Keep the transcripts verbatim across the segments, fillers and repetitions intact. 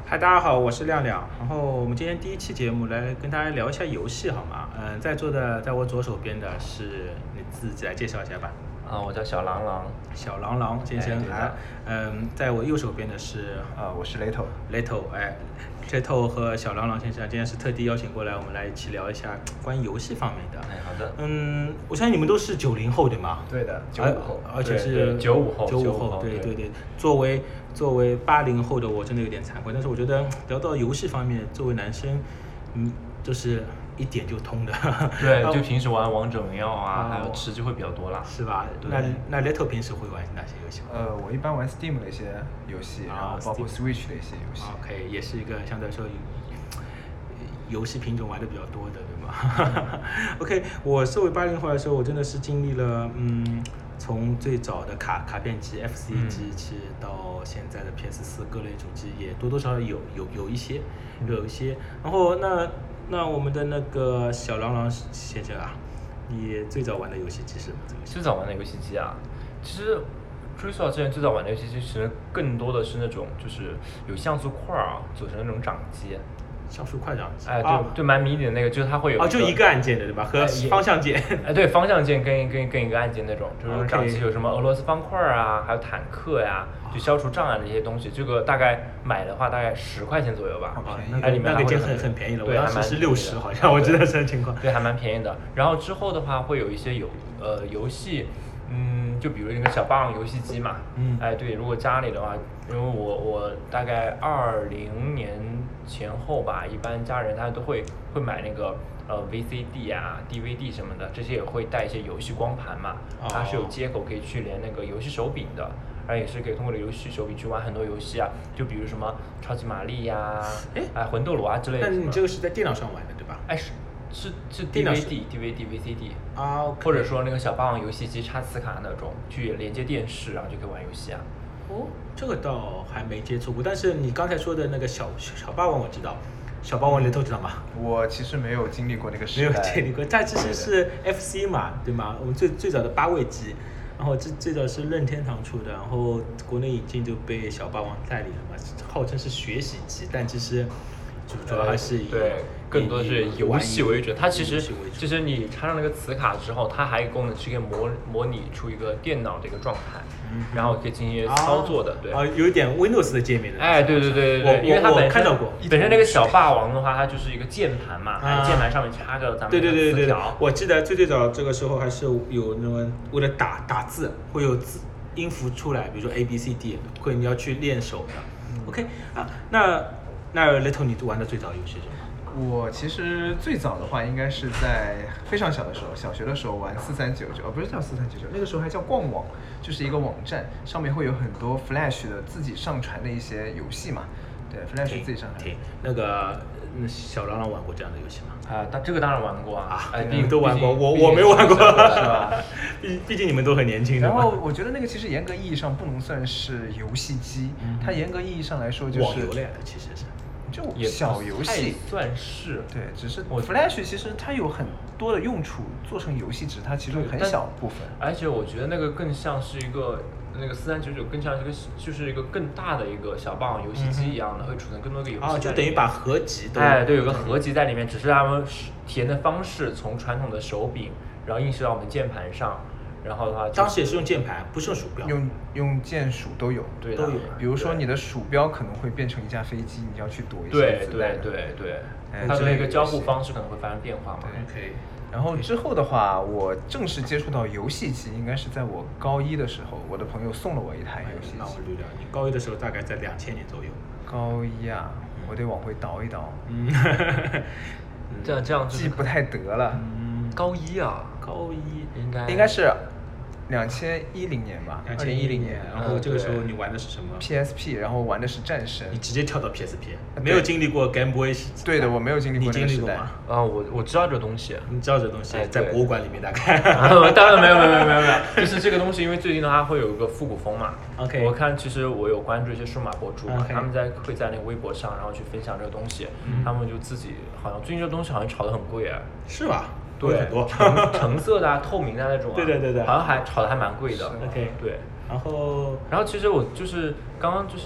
嗨，大家好，我是亮亮。然后我们今天第一期节目来跟大家聊一下游戏，好吗？嗯，在座的，在我左手边的是你自己来介绍一下吧。 啊，我叫小郎朗， 小郎朗先生。哎，嗯，在我右手边的是啊，我是 Little Little。哎，Little 和小郎朗先生今天是特地邀请过来，我们来一起聊一下关于游戏方面的。 哎，好的。 嗯，我相信你们都是九零后对吗？ 对的，九五后， 而且是九五后， 九五后，对对对。作为作为八零后的我，真的有点惭愧，但是我觉得聊到游戏方面，作为男生，嗯，就是一点就通的。 对，就平时玩王者荣耀啊， 哦、 还有吃就会比较多啦。 是吧？那那 Little 平时会玩哪些游戏？ 呃，我一般玩 Steam 的一些游戏，然后包括 Switch 的一些游戏。 OK， 也是一个相对来说游戏品种玩的比较多的，对吗？OK， 我作为八零后来说，我真的是经历了，嗯。从最早的卡卡片机 F C 机器到现在的 P S 四各类主机，也多多少少有有有一些有一些。然后那那我们的那个小郎朗先生啊，你最早玩的游戏机是什么？ 最早玩的游戏机啊，其实追溯到之前最早玩的游戏机，其实更多的是那种就是有像素块啊组成的那种掌机。 像素块掌机， 哎，对，就蛮迷你的那个，就是它会有哦，就一个按键的对吧？和方向键， 哎，对，方向键跟跟跟一个按键那种，就是掌机有什么俄罗斯方块啊，还有坦克呀，就消除障碍的一些东西。这个大概买的话大概十块钱左右吧， 哎，里面那个已经很很便宜了，我当时是六十，好像我记得这情况。 对，还蛮便宜的。然后之后的话会有一些有呃游戏。嗯，就比如那个小霸王游戏机嘛， 嗯， 哎，对，如果家里的话，因为我我大概二零年前后吧，一般家人他都会会买那个呃 V C D 啊、D V D 什么的，这些也会带一些游戏光盘嘛，它是有接口可以去连那个游戏手柄的，而也是可以通过游戏手柄去玩很多游戏啊，就比如什么超级玛丽呀、啊，哎，魂斗罗啊之类的。 那你这个是在电脑上玩的对吧？ 哎是。是是 D V D D V D V C D 啊、okay ， 或者说那个小霸王游戏机插磁卡那种，去连接电视，然后就可以玩游戏啊。 哦，这个倒还没接触过，但是你刚才说的那个小小霸王我知道，小霸王你都知道吗？ 我其实没有经历过那个时代。 没有经历过，它其实是 F C 嘛，对吗？我们最最早的八位机，然后最最早是任天堂出的，然后国内引进就被小霸王代理了嘛，号称是学习机，但其实主要还是以对。更多的是游戏为主，它其实其实你插上那个磁卡之后，它还有功能是可以模模拟出一个电脑的一个状态，嗯、然后可以进行一些操作的， 啊、 对。 啊，有一点 Windows 的界面的。 哎，对对对对对，因为它本身看到过， 本身那个小霸王的话，它就是一个键盘嘛， 啊、 键盘上面插着咱们对对对对对，我记得最最早这个时候还是有那么为了打打字会有字音符出来，比如说 A B C D， 会你要去练手的。嗯、OK 啊，那那 Little 你玩的最早游戏是什么？ 我其实最早的话，应该是在非常小的时候，小学的时候玩四三九九，哦，不是叫四三九九，那个时候还叫逛网，就是一个网站，上面会有很多 Flash 的自己上传的一些游戏嘛。对 ，Flash 自己上传。 那个小郎朗玩过这样的游戏吗？ 啊，但这个当然玩过啊， 哎，你们都玩过，我我没玩过， 是吧？ 毕毕竟你们都很年轻。 然后我觉得那个其实严格意义上不能算是游戏机，嗯、它严格意义上来说就是网游类的，其实是。 就小游戏算是对，只是 Flash 其实它有很多的用处，做成游戏只是它其中很小部分。 而且我觉得那个更像是一个那个四三九九更像一个就是一个更大的一个小霸王游戏机一样的，嗯、会储存更多个游戏。 啊，就等于把合集都哎，对，有个合集在里面，只是他们体验的方式从传统的手柄，然后映射到我们键盘上。然后的话， 当时也是用键盘，不是用鼠标。 用用键鼠都有， 对， 都有。 比如说你的鼠标可能会变成一架飞机，你要去躲一些对对对对，它的那个交互方式可能会发生变化嘛。 OK。 然后之后的话，我正式接触到游戏机，应该是在我高一的时候，我的朋友送了我一台游戏机。 那我捋捋，你高一的时候大概在两千年左右。 高一啊，我得往回倒一倒。 嗯，这样这样记不太得了。 嗯，高一啊， 高一应该应该是。两千一零年吧， 两千一零年，然后这个时候你玩的是什么 ？P S P， 然后玩的是战神。 你直接跳到 P S P， 没有经历过 Game Boy 时代。 对的，我没有经历过那个时代。 你经历过吗？ 啊，我我知道这个东西， 你知道这个东西，在博物馆里面大概。 当然没有没有没有没有没有，就是这个东西，因为最近的话会有一个复古风嘛。 OK。 我看其实我有关注一些数码博主嘛，他们在会在那个微博上，然后去分享这个东西，他们就自己好像最近这个东西好像炒得很贵哎。 是吧？ 对， 很多橙橙色的、啊、透明的那种、啊， 对对对对， 好像还炒的还蛮贵的。 OK， 对。 然后， 然后其实我就是刚刚就是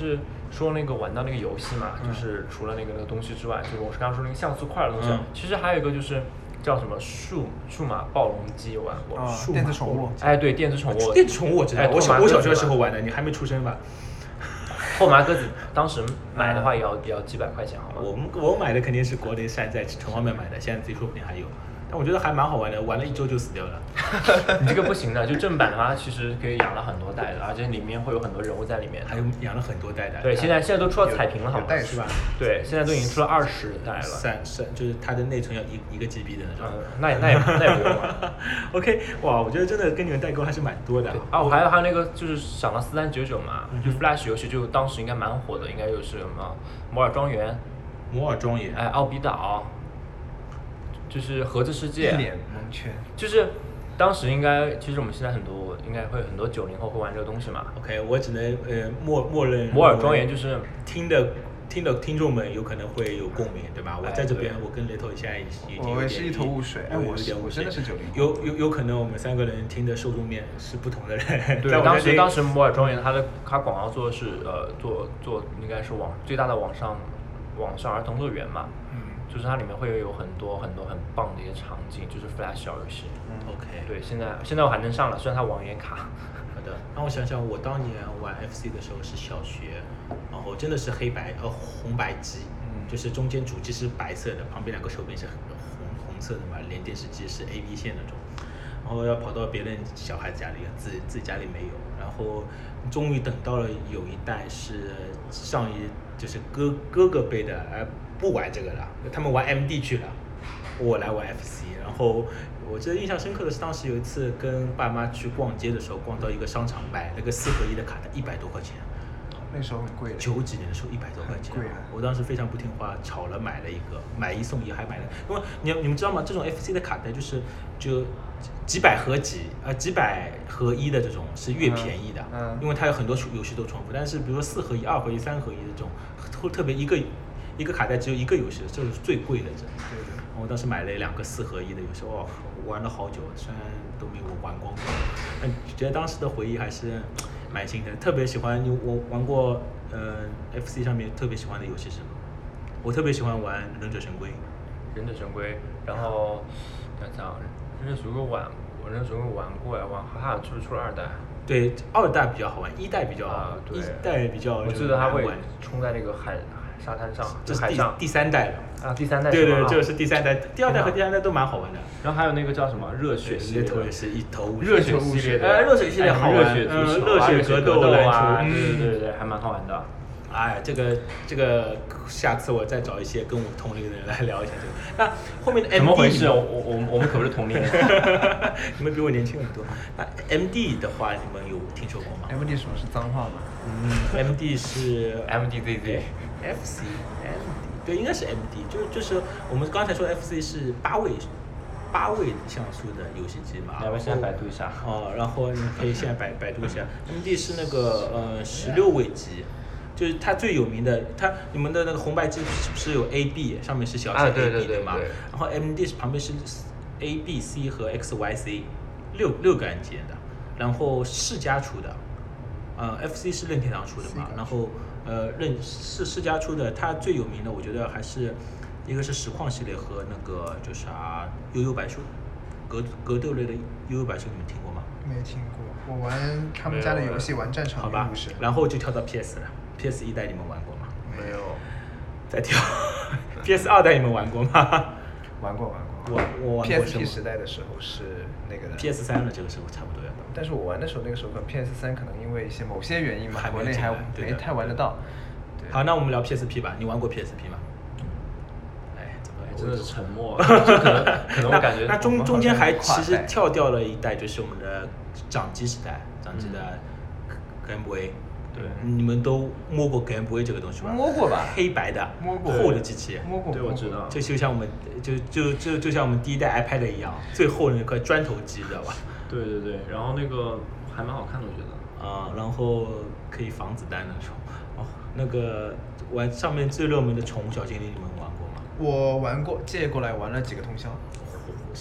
说那个玩到那个游戏嘛， 嗯、 就是除了那个那个东西之外，就是我是刚刚说那个像素块的东西， 嗯、 其实还有一个就是叫什么数数码暴龙机，我玩过。 啊，电子宠物。 哎，对，电子宠物。 电子宠物我知道， 哎、 我小我小学的时候玩的，你还没出生吧？ 后麻鸽子当时买的话也要也要几百块钱，好吗？ 我们我买的肯定是国内山寨城隍庙买的，现在自己说不定还有。但我觉得还蛮好玩的，玩了一周就死掉了。 你这个不行的，就正版的话，其实可以养了很多代的，而且里面会有很多人物在里面。 还有养了很多代的。 对，现在现在都出了彩屏了，好吗？ 是吧？ 对，现在都已经出了二十代了。 三三就是它的内存要一一个 G B 的那种。 嗯，那也那也那也不用了。 OK， 哇，我觉得真的跟你们代沟还是蛮多的。 啊，我还有还有那个就是想到四三九九嘛，就 Flash 游戏就当时应该蛮火的，应该就是什么摩尔庄园。 摩尔庄园。 哎，奥比岛。就是盒子世界， 一脸蒙圈。 就是当时应该，其实我们现在很多应该会很多九零后会玩这个东西嘛。 OK， 我只能呃默默认。 摩尔庄园就是听的听的听众们有可能会有共鸣，对吧？我在这边， 哎、 我跟雷头现在已经我也是一头雾水。哎，我是我真的是九零后。 有有有可能我们三个人听的受众面是不同的人。 对，当时当时摩尔庄园它的它广告做的是呃做做应该是网最大的网上网上儿童乐园嘛。 嗯。 就是它里面会有很多很多很棒的一些场景，就是 Flash 小游戏。 嗯 OK。 对，现在现在我还能上了，虽然它网页卡。 好的，让我想想，我当年玩 F C 的时候是小学，然后真的是黑白呃红白机，嗯，就是中间主机是白色的，旁边两个手柄是红红色的嘛，连电视机是 A B 线那种，然后要跑到别人小孩子家里，自己自己家里没有，然后终于等到了有一代是上一就是哥哥哥辈的，而不玩这个了，他们玩 M D 去了，我来玩 F C。然后我记得印象深刻的是，当时有一次跟爸妈去逛街的时候，逛到一个商场买那个四合一的卡带，一百多块钱。 那时候很贵的。 九几年的时候一百多块钱， 贵啊！ 我当时非常不听话，吵了买了一个，买一送一还买了。因为你你们知道吗？这种 F C 的卡带就是就几百合几呃几百合一的这种是越便宜的， 嗯嗯、 因为它有很多游戏都重复。但是比如说四合一、二合一、三合一的这种，特特别一个一个卡带只有一个游戏，这是最贵的这。 对对。 我当时买了两个四合一的游戏，哇，玩了好久，虽然都没有玩光光，但觉得当时的回忆还是蛮新的。特别喜欢你，我玩过呃 F C 上面特别喜欢的游戏是什么？我特别喜欢玩忍者神龟。 忍者神龟，然后想想忍者神龟玩，我忍者神龟玩过呀，玩它是不是出了二代？ 对，二代比较好玩，一代比较， 啊、 一代比较。 我记得它会冲在那个海沙滩上， 这是第海上第三代了。 啊，第三代对对，这是第三代，第二代和第三代都蛮好玩的。 然后还有那个叫什么热血系列， 头也是一头雾水。热血系列， 哎，热血系列好玩， 热血足球、 热血格斗啊，对对对对，还蛮好玩的。 哎，这个这个，下次我再找一些跟我同龄的人来聊一下这个。那后面的 M D 怎么回事？我我我们可不是同龄人， 你们比我年轻很多。那 M D 的话，你们有听说过吗 ？M D 什么是脏话吗？ 嗯 ，M D 是 M D Z Z F C M D。对，应该是 M D， 就就是我们刚才说的 F C 是八位八位像素的游戏机嘛。 要不要现在百度一下？ 哦，然后你可以现在百百度一下 ，M D 是那个呃十六位机，就是它最有名的，它你们的那个红白机是不是有 A B， 上面是小写 A B 的嘛？然后 M D 是旁边是 A B C 和 X Y Z 六六个按键的，然后世嘉出的，呃 F C 是任天堂出的嘛，然后。呃，任是世嘉出的，它最有名的，我觉得还是一个是实况系列和那个就啥悠悠白书，格格斗类的悠悠白书，你们听过吗？ 没听过，我玩他们家的游戏，玩战场好吧，然后就跳到 P S 了 ，P S 一代你们玩过吗？ 没有。 再跳 ，P S 二代你们玩过吗？ 玩过玩过。 我我玩过 P S P 时代的时候是那个的。 P S 三了，这个时候差不多要到。 但是我玩的时候，那个时候可能 P S 三可能因为一些某些原因嘛，国内还没太玩得到。 好，那我们聊 P S P 吧。你玩过 P S P 吗？哎，怎么真的是沉默？可能可能我感觉那中中间还其实跳掉了一代，就是我们的掌机时代，掌机的 Game Boy。 对， 你们都摸过 Game Boy 这个东西吗？ 摸过吧， 黑白的， 摸过， 厚的机器， 摸过， 对，我知道。 就就像我们，就就就就像我们第一代 iPad 一样，最厚的那块砖头机，知道吧？ 对对对，然后那个还蛮好看的，我觉得。 啊、呃，然后可以防子弹那种。哦，那个玩上面最热门的宠物小精灵，你们玩过吗？ 我玩过，借过来玩了几个通宵。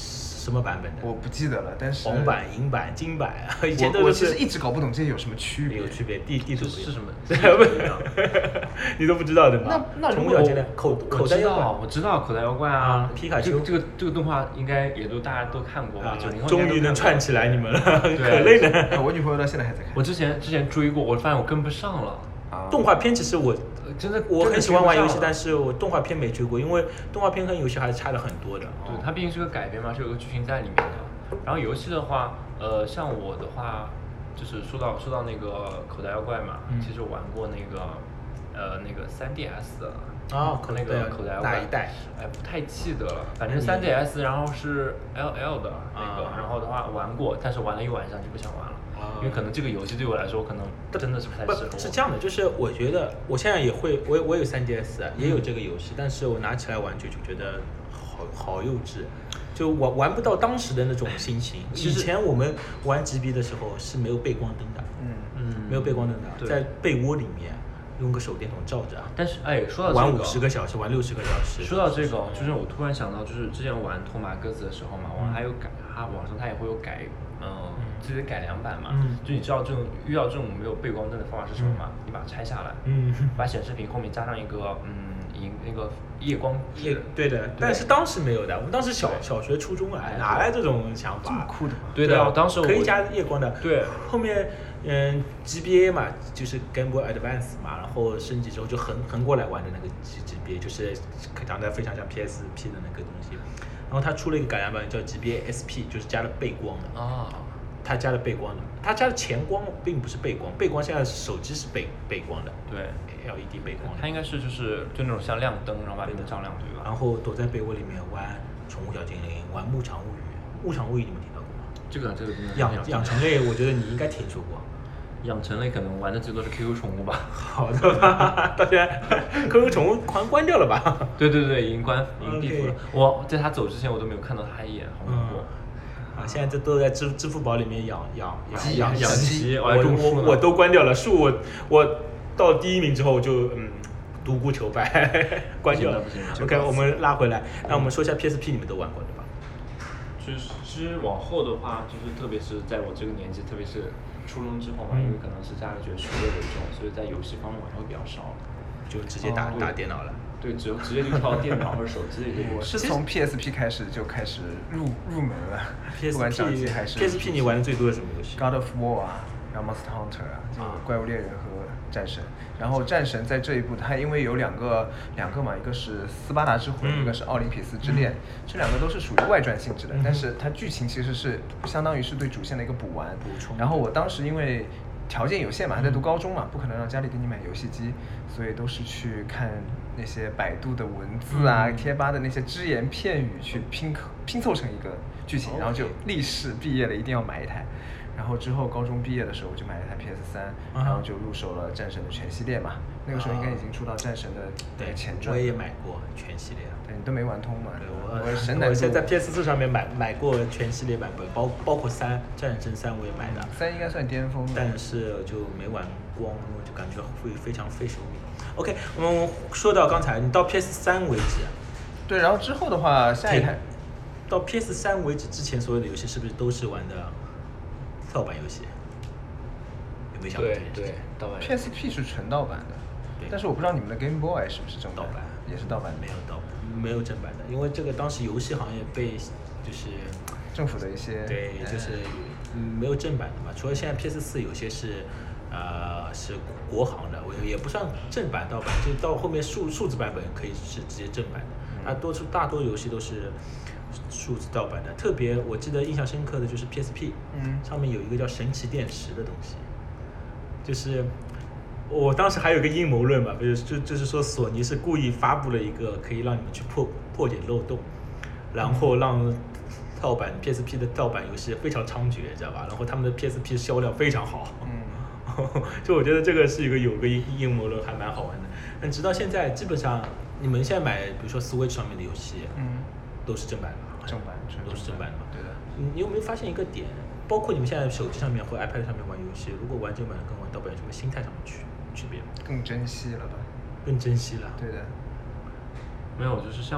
什么版本的？ 我不记得了，但是黄版、银版、金版啊，以前我都是我其实一直搞不懂这些有什么区别。 有区别，地地图是是什么？ 你都不知道的吗？ 那那如果宠物小精灵口我口袋妖怪知道，我知道口袋妖怪啊啊，皮卡丘这个这个这个动画应该也都大家都看过吧？ 啊九零后终于能串起来你们了， 对可累呢。 哎我女朋友到现在还在看。 我之前之前追过，我发现我跟不上了。 啊动画片其实我真的我很喜欢玩游戏，但是是我动画片没追过，因为动画片跟游戏还是差了很多的。 对哦它毕竟是个改编嘛，是有个剧情在里面的。然后游戏的话，呃，像我的话，就是说到说到那个口袋妖怪嘛， 嗯其实我玩过那个呃那个 三 D S 的。 啊，口那袋个口袋妖怪哪一代？ 哎，不太记得了，反正嗯三 D S，然后是 L L 的那个， 啊然后的话玩过，但是玩了一晚上就不想玩了， 啊因为可能这个游戏对我来说可能真的是不太适合我。 是这样的，就是我觉得我现在也会，我我有三 D S 啊，也有这个游戏，但是我拿起来玩就就觉得好好幼稚，就玩玩不到当时的那种心情。以其实前我们玩 G B 的时候是没有背光灯的， 嗯嗯， 没有背光灯的， 对在被窝里面用个手电筒照着， 但是哎，说到这个， 玩五十个小时，玩六十个小时。 说到这个，就是我突然想到，就是之前玩托马鸽子的时候嘛，网上还有改，它网上它也会有改，嗯，这些改良版嘛。 嗯就你知道这种遇到这种没有背光灯的方法是什么吗？你把它拆下来， 嗯， 把显示屏后面加上一个嗯荧那个夜光也纸。 对的，但是当时没有的，我们当时小小学、初中啊， 哎哪来这种想这么法？ 酷的吗？ 对的，当时我可以加夜光的。 对后面嗯 G B A 嘛，就是 Game Boy Advance 嘛，然后升级之后就横横过来玩的那个 G G B A，就是长得非常像 P S P 的那个东西。然后它出了一个改良版叫 G B A S P，就是加了背光的。 啊， 它加了背光的，它加了前光，并不是背光。背光现在手机是背背光的， 对， L E D 背光的。 它应该是就是就那种像亮灯，然后把你们照亮，对吧？ 然后躲在被窝里面玩宠物小精灵，玩牧场物语。牧场物语你们听到过吗？ 这个这个真的是养非常养成类，我觉得你应该听说过。 养成类可能玩的最多是 Q Q 宠物吧。 好的吧，到现在 Q Q 宠物好像关掉了吧？ 对对对，已经关已经闭服了。 OK 我在他走之前我都没有看到他一眼，好恐怖。 啊，现在这都在支支付宝里面养养鸡养养鸡我我还种树呢我我都关掉了，树我我到第一名之后就嗯独孤求败关掉了不行了不行了。 OK，我们拉回来，那我们说一下 P S P 你们都玩过对吧？ 就是其实往后的话，就是特别是在我这个年纪，特别是初中之后嘛， 嗯因为可能是家里觉得学业为重，所以在游戏方面玩的会比较少。 就直接打哦打电脑了。 对，只有直接就跳到电脑或者手机里这个。 我是从 P S P 开始就开始入入门了，不管掌机还是 P S P 你玩的最多的什么游戏？ God of War 啊，然后 Monster Hunter 啊，就啊怪物猎人和战神。然后战神在这一部，它因为有两个两个嘛，一个是斯巴达之魂， 嗯一个是奥林匹斯之恋，这两个都是属于外传性质的， 嗯但是它剧情其实是相当于是对主线的一个补完。 补充然后我当时因为条件有限嘛，还在读嗯高中嘛，不可能让家里给你买游戏机，所以都是去看那些百度的文字啊、 嗯贴吧的那些只言片语去拼凑拼凑成一个剧情， OK 然后就立誓毕业了一定要买一台。然后之后高中毕业的时候，我就买了一台 P S 三、 啊然后就入手了战神的全系列嘛。那个时候应该已经出到战神的那对个前，传。 我也买过全系列。 对，你都没玩通嘛？ 对我我神难度。 我现在在 P S 四上面买买过全系列版本，包包括三战神三我也买的， 三应该算巅峰的。 但是就没玩光，我就感觉会非常费手柄。OK，我们说到刚才，你到 P S 三为止， 对，然后之后的话，下一台到 P S 三为止之前所有的游戏是不是都是玩的盗版游戏？有没有想过这对对件事情？， 盗版 P S P 是纯盗版的对， 但是我不知道你们的 Game Boy 是不是正盗版也是盗版的， 没有盗，没有正版的，因为这个当时游戏行业被就是政府的一些对，就是嗯没有正版的嘛。除了现在 P S 四有些是呃是国行的，我也不算正版盗版，就是到后面数数字版本可以是直接正版的。啊，多数大多游戏都是数字盗版的，特别我记得印象深刻的就是 P S P， 嗯上面有一个叫神奇电池的东西，就是。我当时还有一个阴谋论嘛，比如就就是说索尼是故意发布了一个可以让你们去破破解漏洞，然后让盗版 P S P 的盗版游戏非常猖獗，知道吧？然后他们的 P S P 销量非常好， 嗯， 就我觉得这个是一个有个阴阴谋论，还蛮好玩的。但直到现在，基本上你们现在买，比如说 Switch 上面的游戏， 嗯， 都是正版的， 正版纯都是正版的嘛。 对的。 你你有没有发现一个点？包括你们现在手机上面或 iPad 上面玩游戏，如果玩正版的跟玩盗版有什么心态上的区区别？ 更珍惜了吧？ 更珍惜了。 对的。 没有，就是像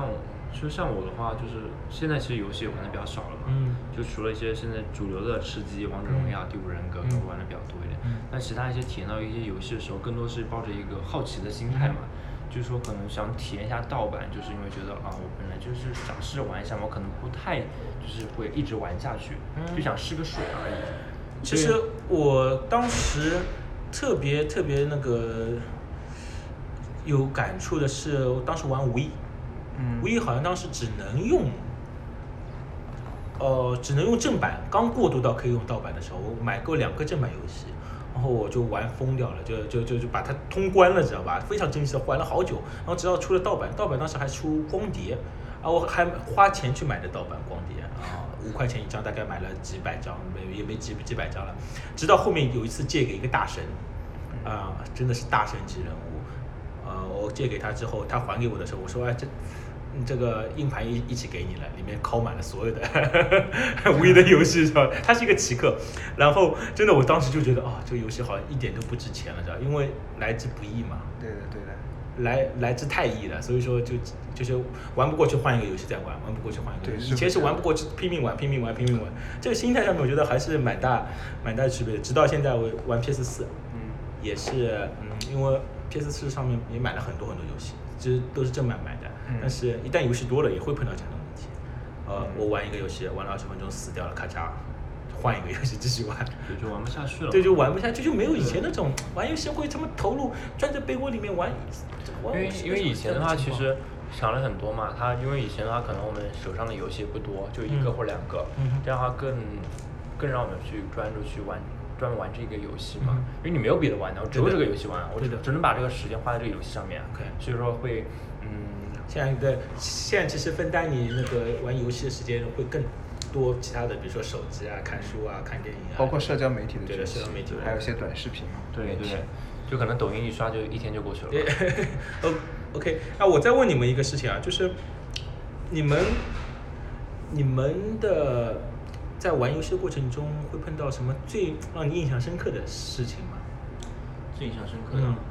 其实像我的话，就是现在其实游戏玩的比较少了嘛， 嗯， 就除了一些现在主流的吃鸡、王者荣耀、第五人格嗯玩的比较多一点， 嗯但其他一些体验到一些游戏的时候，更多是抱着一个好奇的心态嘛，就是说可能想体验一下盗版，就是因为觉得啊，我本来就是想试着玩一下嘛，我可能不太就是会一直玩下去，就想试个水而已。 其实我当时特别特别那个有感触的是，我当时玩无意， 嗯无意好像当时只能用，呃，只能用正版，刚过渡到可以用盗版的时候，我买过两个正版游戏，然后我就玩疯掉了，就就就就把它通关了，知道吧？非常珍惜的，玩了好久，然后直到出了盗版，盗版当时还出光碟，啊，我还花钱去买的盗版光碟啊，五块钱一张，大概买了几百张，没也没几几百张了，直到后面有一次借给一个大神，啊，真的是大神级人物，呃，我借给他之后，他还给我的时候，我说哎这。这个硬盘一一起给你了，里面拷满了所有的无意的游戏，是吧？它是一个奇客，然后真的，我当时就觉得，哦，这个游戏好像一点都不值钱了，知道？因为来之不易嘛。 对的，对的。 来来之太易了，所以说就就是玩不过去换一个游戏再玩，玩不过去换一个游戏。以前是玩不过去拼命玩，拼命玩，拼命玩。这个心态上面，我觉得还是蛮大蛮大区别的。直到现在我玩 P S 四，嗯，也是嗯，因为 P S 四上面也买了很多很多游戏，其实都是正版买的。但是，一旦游戏多了，也会碰到这样的问题。呃，我玩一个游戏，玩了二十分钟死掉了，咔嚓，换一个游戏继续玩， 对，就玩不下去了。 对，就玩不下去，就没有以前那种玩游戏会这么投入，钻在被窝里面玩。 因为因为以前的话，其实想了很多嘛。他因为以前的话，可能我们手上的游戏不多，就一个或两个， 嗯、 这样的话更更让我们去专注去玩。专门玩这个游戏嘛，嗯、因为你没有别的玩的，我只有这个游戏玩，我只只能把这个时间花在这个游戏上面。 Okay. 所以说会，嗯， 现在的现在其实分担你那个玩游戏的时间会更多，其他的比如说手机啊、看书啊、看电影啊， 包括社交媒体的对的社交媒体， 还有一些短视频。 对对，就可能抖音一刷就一天就过去了。 哦 ，OK， 那我再问你们一个事情啊，就是你们你们的。在玩游戏的过程中，会碰到什么最让你印象深刻的事情吗？ 最印象深刻的，嗯、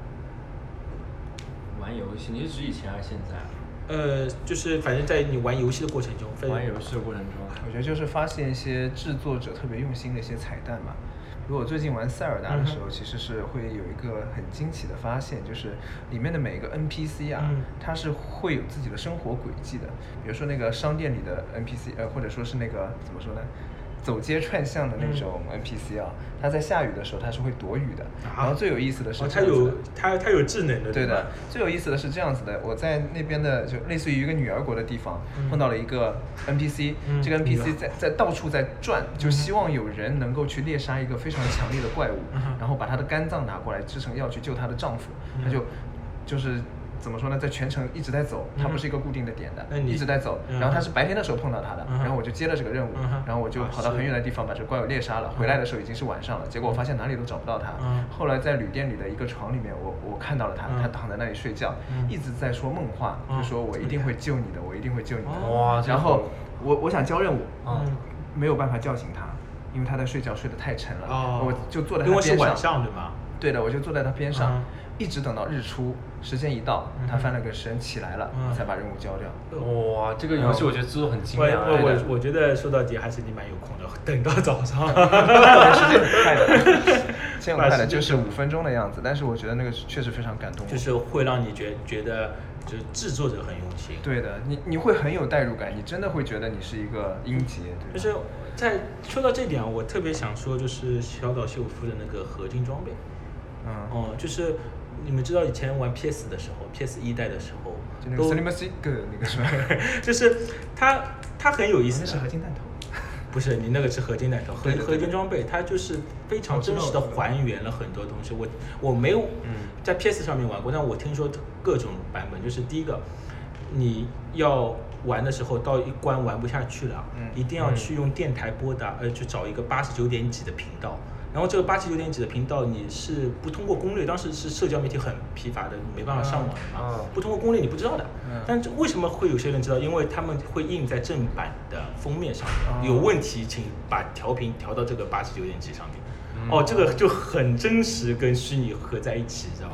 玩游戏，你是指以前还是现在？ 呃，就是反正在你玩游戏的过程中， 玩游戏的过程中， 我觉得就是发现一些制作者特别用心的一些彩蛋嘛。如果我最近玩塞尔达的时候，嗯、其实是会有一个很惊奇的发现，就是里面的每一个 N P C 啊，嗯、它是会有自己的生活轨迹的。比如说那个商店里的 N P C， 呃，或者说是那个怎么说呢？走街串巷的那种 N P C 啊，它在下雨的时候它是会躲雨的。啊、然后最有意思的是这样子的， 哦、它有它它有智能的。 对的，最有意思的是这样子的，我在那边的就类似于一个女儿国的地方，嗯、碰到了一个 N P C，嗯、这个 N P C 在在到处在转，就希望有人能够去猎杀一个非常强烈的怪物，嗯、然后把他的肝脏拿过来制成药去救她的丈夫，嗯、他就就是。怎么说呢，在全程一直在走，它不是一个固定的点的，嗯、一直在走。然后他是白天的时候碰到他的，嗯、然后我就接了这个任务，嗯、然后我就跑到很远的地方把这个怪物猎杀了。嗯、回来的时候已经是晚上了，结果我发现哪里都找不到他。嗯、后来在旅店里的一个床里面，我我看到了他，嗯、他躺在那里睡觉，嗯、一直在说梦话，嗯、就说我一定会救你的，我一定会救你的。 哇！ 然后我我想交任务，嗯、没有办法叫醒他，因为他在睡觉睡得太沉了。 哦、 我就坐在他边上。 因为是晚上对吗？ 对的，我就坐在他边上。 嗯一直等到日出，时间一到，嗯、他翻了个身起来了，嗯、才把任务交掉。 哇，这个游戏我觉得制作很精良。 我我我觉得说到底还是你蛮有空的，等到早上。 时间很快的，时间很快的，就是五分钟的样子。但是我觉得那个确实非常感动。 就是会让你觉觉得，就是制作者很用心。 对的，你你会很有代入感，你真的会觉得你是一个英杰。对就是在说到这点，我特别想说，就是小岛秀夫的那个合金装备。嗯哦，就是你们知道以前玩 P S 的时候 ，P S 一代的时候， 就那个 Cinematic 那个是吧？ 就是它它很有意思。 那是合金弹头。 不是，你那个是合金弹头，合合金装备，它就是非常真实的还原了很多东西。我我没有在 P S 上面玩过，但我听说各种版本，就是第一个，你要玩的时候到一关玩不下去了，嗯、一定要去用电台拨打，呃，去找一个八十九点几的频道。然后这个八十九点几的频道，你是不通过攻略，当时是社交媒体很疲乏的，没办法上网的嘛，嗯、不通过攻略你不知道的。嗯、但是为什么会有些人知道？因为他们会印在正版的封面上面，嗯、有问题请把调频调到这个八十九点几上面。嗯、哦，这个就很真实，跟虚拟合在一起，知道吧？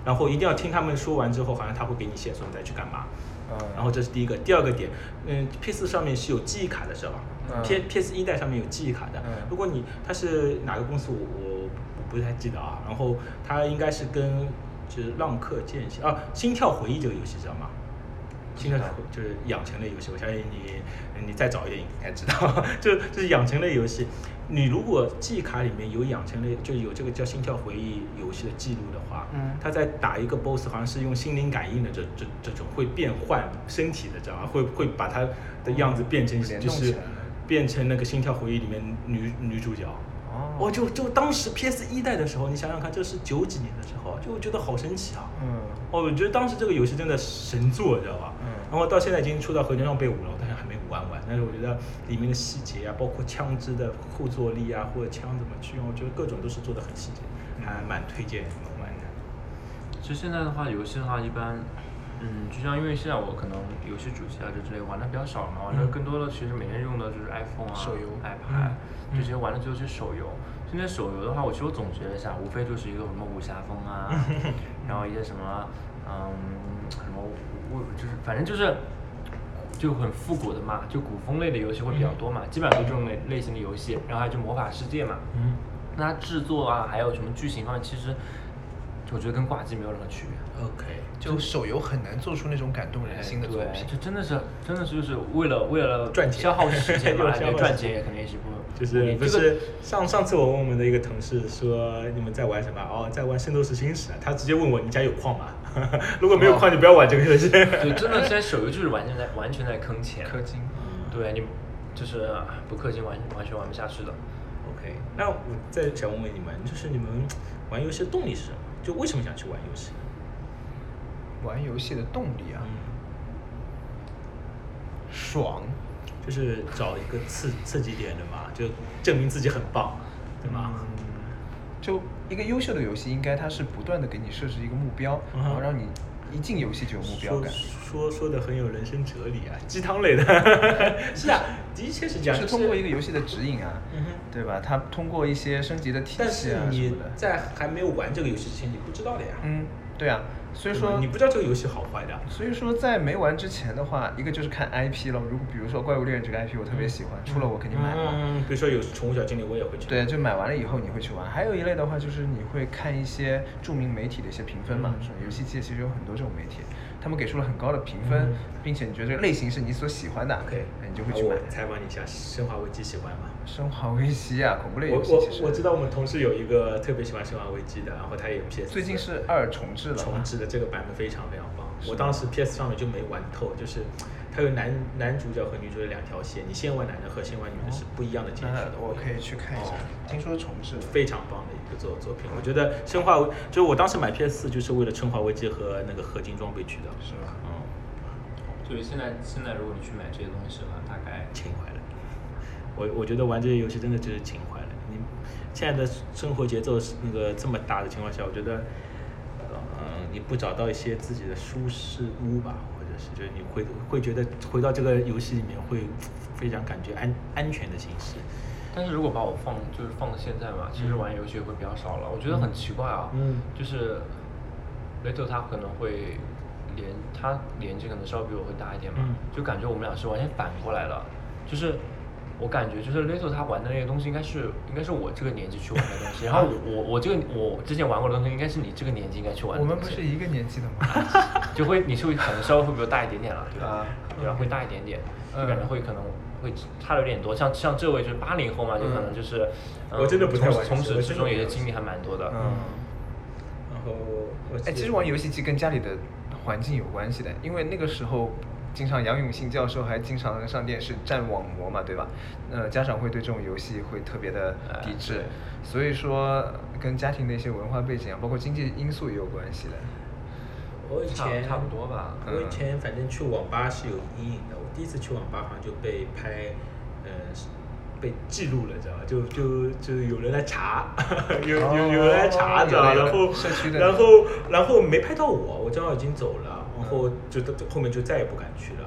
然后一定要听他们说完之后，好像他会给你线索，你再去干嘛。 嗯， 然后这是第一个，第二个点，嗯 ，P 四上面是有记忆卡的，是吧？ 嗯 P P S 一代上面有记忆卡的， 嗯如果你它是哪个公司我我我不太记得啊，然后它应该是跟就是浪客剑心啊，心跳回忆这个游戏知道吗？心跳就是养成类游戏，我相信你你再早一点应该知道，就就是养成类游戏。你如果记忆卡里面有养成类，就有这个叫心跳回忆游戏的记录的话， 嗯， 它在打一个 B O S S 好像是用心灵感应的这这这种会变换身体的，知道吗？会会把它的样子变成就是变成那个心跳回忆里面女女主角。哦，我就就当时 P S 一代的时候，你想想看，这是九几年的时候，就觉得好神奇啊。 嗯， 哦，我觉得当时这个游戏真的神作，知道吧？ 嗯。 然后到现在已经出到合金装备五了，但是还没玩完。但是我觉得里面的细节啊，包括枪支的后坐力啊，或者枪怎么去用，我觉得各种都是做的很细节，还蛮推荐你们玩的。 其实现在的话，游戏的话一般。嗯，就像因为现在我可能游戏主机啊这之类玩的比较少嘛，玩的更多的其实每天用的就是 iPhone 啊、 手游、 iPad、嗯、这些玩的就是手游。现在手游的话，我其实我总结了一下，无非就是一个什么武侠风啊，然后一些什么嗯什么我就是反正就是就很复古的嘛，就古风类的游戏会比较多嘛，基本上就这种类类型的游戏。然后还有就魔法世界嘛， 嗯， 那它制作啊，还有什么剧情方面，其实我觉得跟挂机没有任何区别。 OK， 就手游很难做出那种感动人心的作品， 就真的是真的是就是为了为了赚钱消耗时间嘛， 消耗赚钱也肯定是不就是不是上上次我问我们的一个同事说你们在玩什么？哦，在玩《圣斗士星矢》，他直接问我你家有矿吗？如果没有矿就不要玩这个游戏。 对，真的现在手游就是完全在完全在坑钱， 氪金。 对你就是不氪金完完全玩不下去的。 OK， 那我再想问问你们，就是你们玩游戏的动力是什么？就为什么想去玩游戏？ 玩游戏的动力啊，嗯、爽， 就是找一个刺刺激点的嘛，就证明自己很棒，对吗？ 嗯，就一个优秀的游戏，应该它是不断的给你设置一个目标，嗯、然后让你一进游戏就有目标感。 说说的很有人生哲理啊，鸡汤类的。是啊，的确是这样。 就是通过一个游戏的指引啊， 嗯、 对吧？它通过一些升级的体系啊什么的。但是你在还没有玩这个游戏之前，你不知道的呀。 嗯，对啊。所以说你不知道这个游戏好坏的。 所以说在没玩之前的话，一个就是看 I P 了。如果比如说《怪物猎人》这个 I P 我特别喜欢，嗯、出了我肯定买嘛。 嗯，比如说有宠物小精灵，我也会去。 对，就买完了以后你会去玩。还有一类的话，就是你会看一些著名媒体的一些评分嘛。嗯、游戏界其实有很多这种媒体，他们给出了很高的评分，嗯、并且你觉得这个类型是你所喜欢的 ，OK， 你就会去买。 我采访你一下，《生化危机》喜欢吗？ 生化危机啊，恐怖类游戏其实。 我我我知道我们同事有一个特别喜欢生化危机的，然后他也有 P S。 最近是二重置了。 重置的这个版本非常非常棒。我当时 P S 上面就没玩透，就是它有男男主角和女主角两条线，你先玩男的和先玩女的是不一样的结局的。 我可以去看一下，哦、听说重置非常棒的一个作作品。我觉得生化就是我当时买 P S 四就是为了生化危机和那个合金装备去的。 是吧？ 嗯。所以现在现在如果你去买这些东西的话，大概情怀了。我我觉得玩这些游戏真的就是情怀了。你现在的生活节奏是那个这么大的情况下，我觉得。嗯，你不找到一些自己的舒适屋吧，或者是就是你会会觉得回到这个游戏里面会非常感觉安安全的形式。 但是如果把我放就是放到现在嘛，其实玩游戏会比较少了。我觉得很奇怪啊， 嗯， 就是雷特他可能会年他年纪可能稍微比我会大一点嘛， 嗯、 就感觉我们俩是完全反过来了，就是。我感觉就是 Little 他玩的那些东西，应该是应该是我这个年纪去玩的东西，然后我我这个我之前玩过的东西，应该是你这个年纪应该去玩的东西。 我们不是一个年纪的吗？ 就会你是会可能稍微会比我大一点点了，对吧？ 啊， 对吧？会大一点点，就感觉会可能会差的有点多。像像这位就是八零后嘛，就可能就是， 我真的不太玩， 从始至终也是经历还蛮多的。 嗯。然后， 哎，其实玩游戏机跟家里的环境有关系的，因为那个时候。经常杨永信教授还经常上电视战网魔嘛，对吧？呃，家长会对这种游戏会特别的抵制，所以说跟家庭的一些文化背景啊，包括经济因素也有关系的。 我以前差不多吧。 我以前反正去网吧是有阴影的，我第一次去网吧好像就被拍，呃，被记录了，知道吧？就就就有人来查，有有有人来查，知道吧？然后然后然后没拍到我，我正好已经走了。然后就后面就再也不敢去了。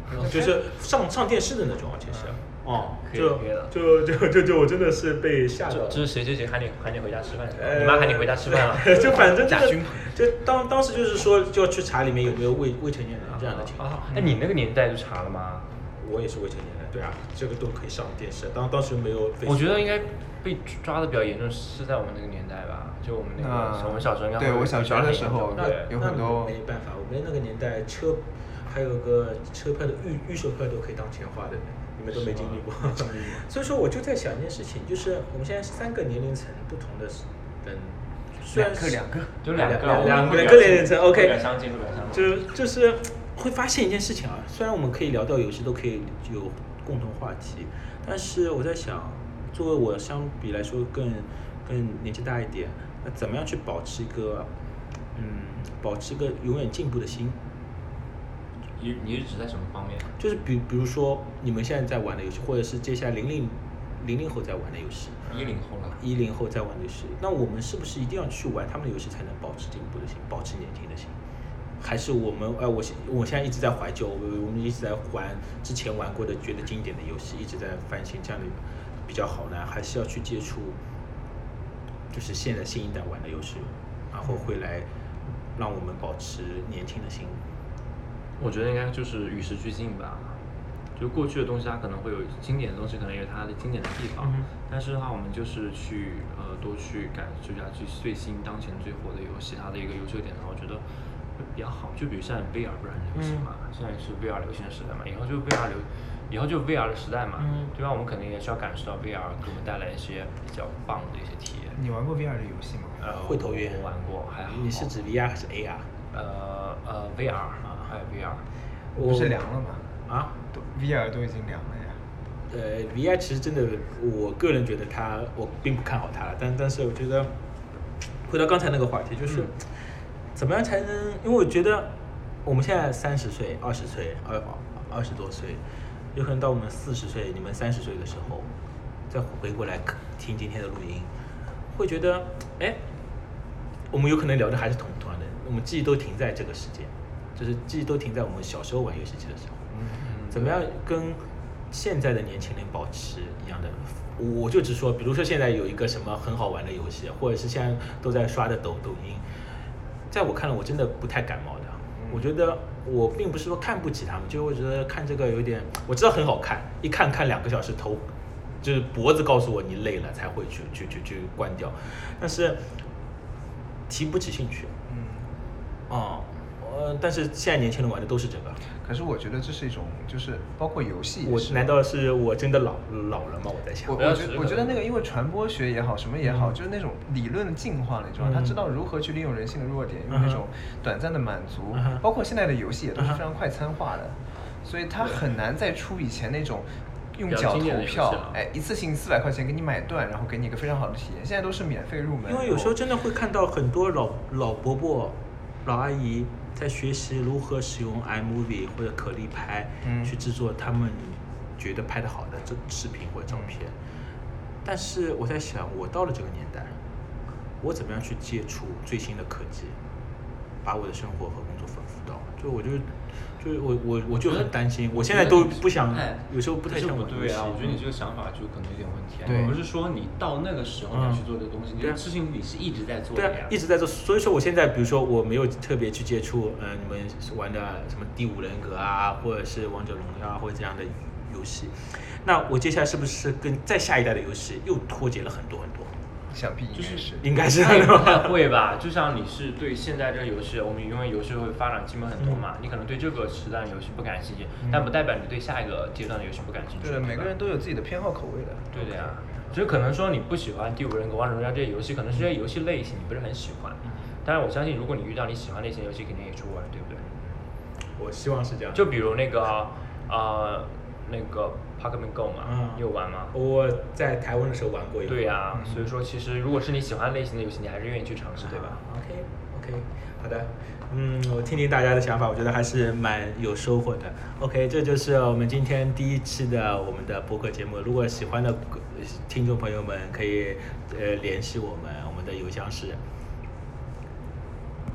就是上上电视的那种，而且是。哦， 可以就可以的就就就就我真的是被吓到了。 这这是谁谁谁喊你喊你回家吃饭？ 呃你妈喊你回家吃饭了？ 就反正假军就当当时就是说就要去查里面有没有未未成年人这样的情况。 啊，那你那个年代就查了吗？ 我也是未成年人，对啊，这个都可以上电视。当当时没有 Facebook。 我觉得应该被抓的比较严重是在我们那个年代吧，就我们那个我们小时候应该对我小学的时候那对有很多那没办法，我们那个年代车还有个车票的预预售票都可以当钱花的，你们都没经历过。所以说我就在想一件事情，就是我们现在是三个年龄层不同的人，虽然是两个就两个两两会比较两个年龄层会比较 ，OK， 相近，会比较相近。 就就是会发现一件事情啊，虽然我们可以聊到游戏，都可以有共同话题，但是我在想，作为我相比来说更更年纪大一点，那怎么样去保持一个嗯，保持一个永远进步的心？ 你你是指在什么方面？ 就是比比如说你们现在在玩的游戏，或者是接下来零零零零后在玩的游戏， 一零后了。 一零后在玩的游戏，那我们是不是一定要去玩他们的游戏才能保持进步的心，保持年轻的心？还是我们哎、呃，我现我现在一直在怀旧，我我们一直在玩之前玩过的觉得经典的游戏，一直在翻新，这样的比较好呢？还是要去接触，就是现在新一代玩的游戏，然后会来让我们保持年轻的心？ 我觉得应该就是与时俱进吧。就过去的东西，它可能会有经典的东西，可能有它的经典的地方， 嗯、 但是的话，我们就是去呃多去感受一下最最新当前最火的游戏，它的一个优秀点的话，我觉得会比较好。就比如像 V R 不是很流行嘛， 嗯、 现在是 V R 流行的时代嘛，以后就 V R 流，以后就 V R 的时代嘛， 嗯、 对吧？我们肯定也是要感受到 V R 给我们带来一些比较棒的一些体验。 你玩过 V R 的游戏吗？ 呃， 会头晕。 我玩过，还好。 你是指 V R 还是 A R？ 呃呃 V R 啊，还有 V R。 不是凉了吗？ 啊都 V R 都已经凉了呀。 呃 ，V R 其实真的，我个人觉得它，我并不看好它了。但但是我觉得，回到刚才那个话题，就是、嗯、怎么样才能？因为我觉得我们现在三十岁、二十岁、二二十多岁，有可能到我们四十岁、你们三十岁的时候，再回过来听今天的录音，会觉得，哎，我们有可能聊的还是同同样的，我们记忆都停在这个时间。就是记忆都停在我们小时候玩游戏机的时候，嗯，怎么样跟现在的年轻人保持一样的？我就只说，比如说现在有一个什么很好玩的游戏，或者是现在都在刷的抖抖音，在我看来我真的不太感冒的。嗯、我觉得我并不是说看不起他们，就我觉得看这个有点，我知道很好看，一看看两个小时头，就是脖子告诉我你累了才会去去去去关掉，但是提不起兴趣。嗯，哦。呃，但是现在年轻人玩的都是这个。 可是我觉得这是一种，就是包括游戏。 我难道是我真的老老了吗？我在想。 我我觉得我觉得那个，因为传播学也好，什么也好，嗯、就是那种理论进化那种，嗯、他知道如何去利用人性的弱点，用那种短暂的满足。嗯、包括现在的游戏也都是非常快餐化的，嗯、所以他很难再出以前那种。用脚投票，哎，一次性四百块钱给你买断，然后给你一个非常好的体验。现在都是免费入门。 因为有时候真的会看到很多老老伯伯、老阿姨。在学习如何使用 iMovie 或者可立拍，嗯、去制作他们觉得拍得好的这视频或者照片。嗯、但是我在想，我到了这个年代，我怎么样去接触最新的科技，把我的生活和工作丰富到？就我就就我我我就很担心，我现在都不想，有时候不太想玩游戏。 不对啊，我觉得你这个想法就可能有点问题啊。 对， 不是说你到那个时候你要去做这个东西，你这个事情你是一直在做的呀。 对啊，一直在做。所以说我现在，比如说我没有特别去接触，呃，你们玩的什么第五人格啊，或者是王者荣耀啊，或者这样的游戏，那我接下来是不是跟再下一代的游戏又脱节了很多很多？ 想必就是应该是不太会吧？就像你是对现在这个游戏，我们因为游戏会发展进步很多嘛，嗯、你可能对这个时代的游戏不感兴趣，嗯、但不代表你对下一个阶段的游戏不感兴趣。 对的，每个人都有自己的偏好口味的。 对的呀， 所以可能说你不喜欢第五人格、王者荣耀这些游戏，可能是这些游戏类型你不是很喜欢。嗯、当然，我相信如果你遇到你喜欢类型的游戏，肯定也去玩，对不对？ 我希望是这样。 就比如那个呃那个 Pokemon Go 嘛，嗯、你有玩吗？ 我在台湾的时候玩过一个。 对呀、啊，嗯、所以说其实如果是你喜欢类型的游戏，你还是愿意去尝试，对吧 ？OK OK， 好的，嗯，我听听大家的想法，我觉得还是蛮有收获的。OK， 这就是我们今天第一期的我们的播客节目。如果喜欢的听众朋友们可以呃联系我们，我们的邮箱是